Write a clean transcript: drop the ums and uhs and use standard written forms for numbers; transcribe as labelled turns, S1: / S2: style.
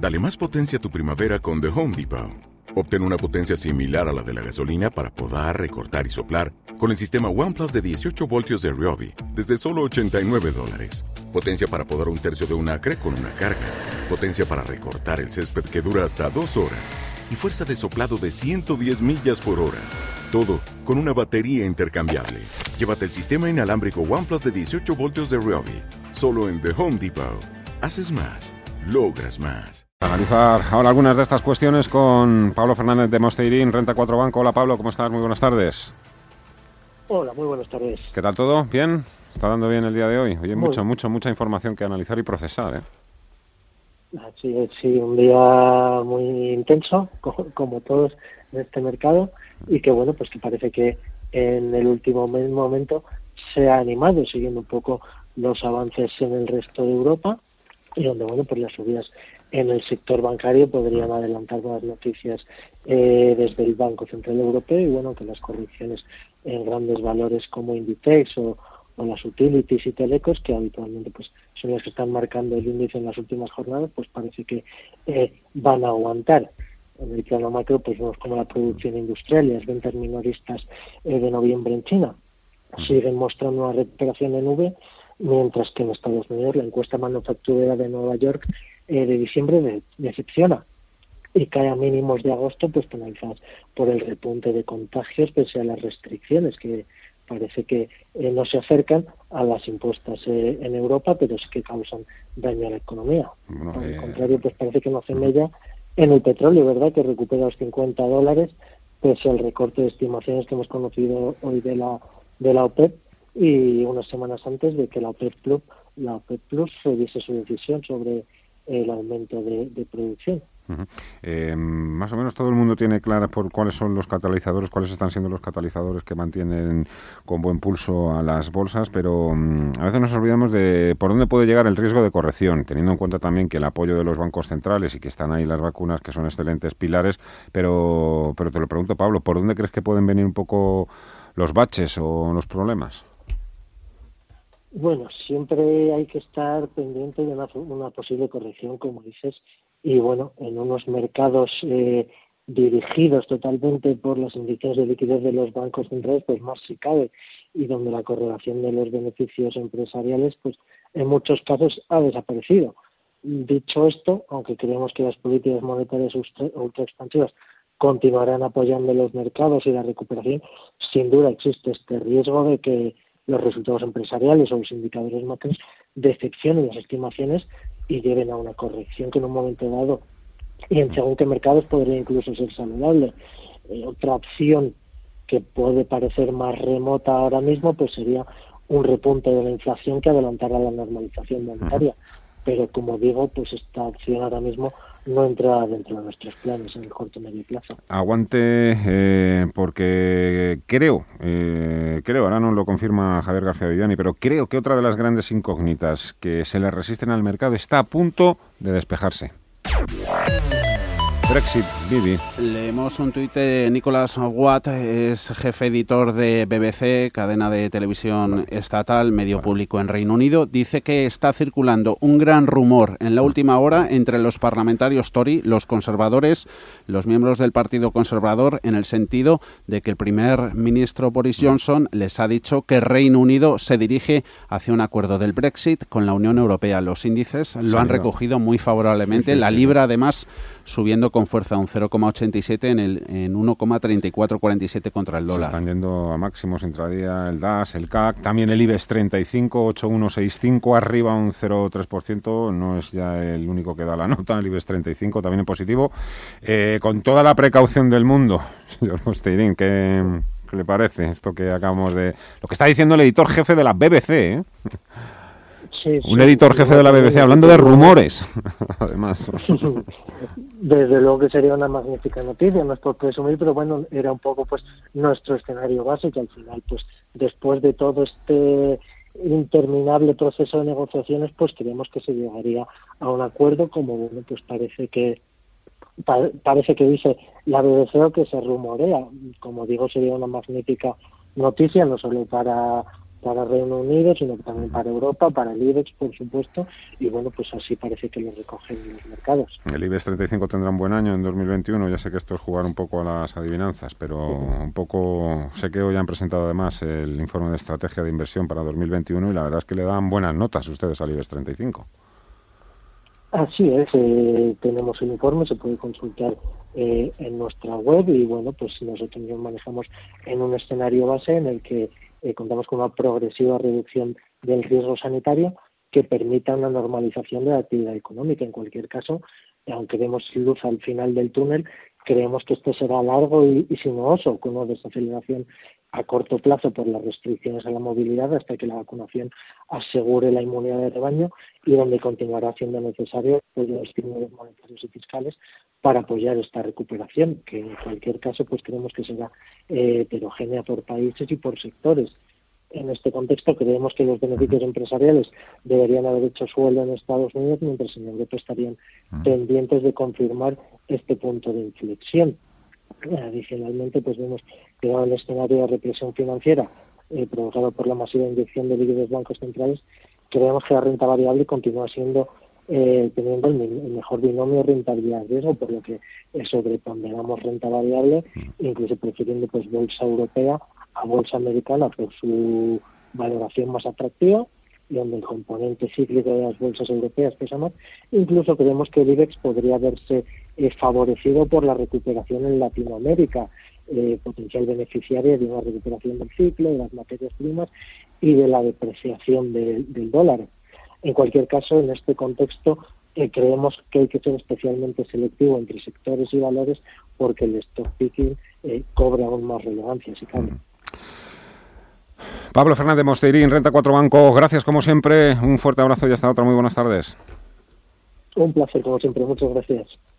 S1: Dale más potencia a tu primavera con The Home Depot. Obtén una potencia similar a la de la gasolina para podar, recortar y soplar con el sistema OnePlus de 18 voltios de Ryobi desde solo $89. Potencia para podar un tercio de un acre con una carga. Potencia para recortar el césped que dura hasta 2 horas. Y fuerza de soplado de 110 millas por hora. Todo con una batería intercambiable. Llévate el sistema inalámbrico OnePlus de 18 voltios de Ryobi. Solo en The Home Depot. Haces más. Logras más.
S2: Analizar ahora algunas de estas cuestiones con Pablo Fernández de Mosteirín, Renta 4 Banco. Hola Pablo, ¿cómo estás? Muy buenas tardes.
S3: Hola, muy buenas tardes.
S2: ¿Qué tal todo? ¿Bien? ¿Está dando bien el día de hoy? Oye, mucha información que analizar y procesar, ¿eh?
S3: Así es, sí, un día muy intenso, como todos en este mercado, y que bueno, pues que parece que en el último momento se ha animado, siguiendo un poco los avances en el resto de Europa, y donde bueno, pues las subidas en el sector bancario podrían adelantar buenas noticias desde el Banco Central Europeo, y bueno, que las correcciones en grandes valores como Inditex o las utilities y telecos, que habitualmente pues son las que están marcando el índice en las últimas jornadas, pues parece que van a aguantar. En el plano macro, pues vemos como la producción industrial y las ventas minoristas de noviembre en China siguen mostrando una recuperación en V, mientras que en Estados Unidos la encuesta manufacturera de Nueva York de diciembre decepciona y cae a mínimos de agosto, pues penalizadas por el repunte de contagios pese a las restricciones que parece que no se acercan a las impuestas en Europa, pero sí que causan daño a la economía. Por el contrario, pues parece que no hace mella en el petróleo, ¿verdad?, que recupera los $50, pese al recorte de estimaciones que hemos conocido hoy de la OPEP, y unas semanas antes de que la OPEP Plus reviese su decisión sobre el aumento de producción.
S2: Más o menos todo el mundo tiene claras por cuáles son los catalizadores, cuáles están siendo los catalizadores que mantienen con buen pulso a las bolsas, pero a veces nos olvidamos de por dónde puede llegar el riesgo de corrección, teniendo en cuenta también que el apoyo de los bancos centrales y que están ahí las vacunas, que son excelentes pilares, pero te lo pregunto, Pablo, ¿por dónde crees que pueden venir un poco los baches o los problemas?
S3: Bueno, siempre hay que estar pendiente de una posible corrección, como dices, y bueno, en unos mercados dirigidos totalmente por las indicaciones de liquidez de los bancos centrales, pues más si cabe, y donde la correlación de los beneficios empresariales, pues en muchos casos ha desaparecido. Dicho esto, aunque creemos que las políticas monetarias ultra expansivas continuarán apoyando los mercados y la recuperación, sin duda existe este riesgo de que los resultados empresariales o los indicadores macros decepcionen las estimaciones y lleven a una corrección que en un momento dado y en según qué mercados podría incluso ser saludable. Otra opción que puede parecer más remota ahora mismo pues sería un repunte de la inflación que adelantara la normalización monetaria, pero como digo, pues esta opción ahora mismo no entra dentro de nuestros planes en el corto y medio plazo.
S2: Aguante, porque creo, ahora no lo confirma Javier García Viviani, pero creo que otra de las grandes incógnitas que se le resisten al mercado está a punto de despejarse. Brexit, Vivi.
S4: Leemos un tuit de Nicholas Watt, es jefe editor de BBC, cadena de televisión estatal, medio público en Reino Unido. Dice que está circulando un gran rumor en la última hora entre los parlamentarios Tory, los conservadores, los miembros del Partido Conservador, en el sentido de que el primer ministro Boris Johnson les ha dicho que Reino Unido se dirige hacia un acuerdo del Brexit con la Unión Europea. Los índices lo han recogido muy favorablemente. La libra, además, subiendo con fuerza un 0,87 en 1,3447 contra el dólar.
S2: Se están yendo a máximos intradía el DAX, el CAC, también el IBEX 35, 8165, arriba un 0,3%, no es ya el único que da la nota, el IBEX 35 también en positivo, con toda la precaución del mundo. Señor Mosteirín, ¿qué le parece esto que acabamos de... Lo que está diciendo el editor jefe de la BBC, ¿eh?
S3: Sí,
S2: un editor jefe de la BBC hablando de rumores, además.
S3: Desde luego que sería una magnífica noticia, no es por presumir, pero bueno, era un poco pues nuestro escenario base, que al final, pues después de todo este interminable proceso de negociaciones, pues creemos que se llegaría a un acuerdo, como bueno, pues parece que dice la BBC o que se rumorea. Como digo, sería una magnífica noticia, no solo para para Reino Unido, sino también para Europa, para el IBEX, por supuesto, y bueno, pues así parece que lo recogen los mercados.
S2: El IBEX 35 tendrá un buen año en 2021, ya sé que esto es jugar un poco a las adivinanzas, pero un poco, sé que hoy han presentado además el informe de estrategia de inversión para 2021 y la verdad es que le dan buenas notas ustedes al IBEX 35.
S3: Así es, tenemos el informe, se puede consultar en nuestra web y bueno, pues nosotros nos manejamos en un escenario base en el que contamos con una progresiva reducción del riesgo sanitario que permita una normalización de la actividad económica. En cualquier caso, aunque vemos luz al final del túnel, creemos que esto será largo y sinuoso, con una desaceleración a corto plazo por las restricciones a la movilidad hasta que la vacunación asegure la inmunidad de rebaño y donde continuará siendo necesario los estímulos monetarios y fiscales para apoyar esta recuperación, que en cualquier caso pues creemos que será heterogénea por países y por sectores. En este contexto creemos que los beneficios empresariales deberían haber hecho suelo en Estados Unidos, mientras en Europa estarían pendientes de confirmar este punto de inflexión. Adicionalmente, pues vemos que dado el escenario de represión financiera provocado por la masiva inyección de líquidos bancos centrales, creemos que la renta variable continúa siendo teniendo el mejor binomio rentabilidad-riesgo, por lo que sobreponderamos renta variable, incluso prefiriendo pues bolsa europea a bolsa americana por su valoración más atractiva, y donde el componente cíclico de las bolsas europeas pesa más. Incluso creemos que el IBEX podría verse favorecido por la recuperación en Latinoamérica, potencial beneficiaria de una recuperación del ciclo, de las materias primas y de la depreciación del dólar. En cualquier caso, en este contexto, creemos que hay que ser especialmente selectivo entre sectores y valores porque el stock picking cobra aún más relevancia, si cabe.
S2: Pablo Fernández Mosteirín, Renta 4 Banco, gracias como siempre, un fuerte abrazo y hasta otra, muy buenas tardes.
S3: Un placer como siempre, muchas gracias.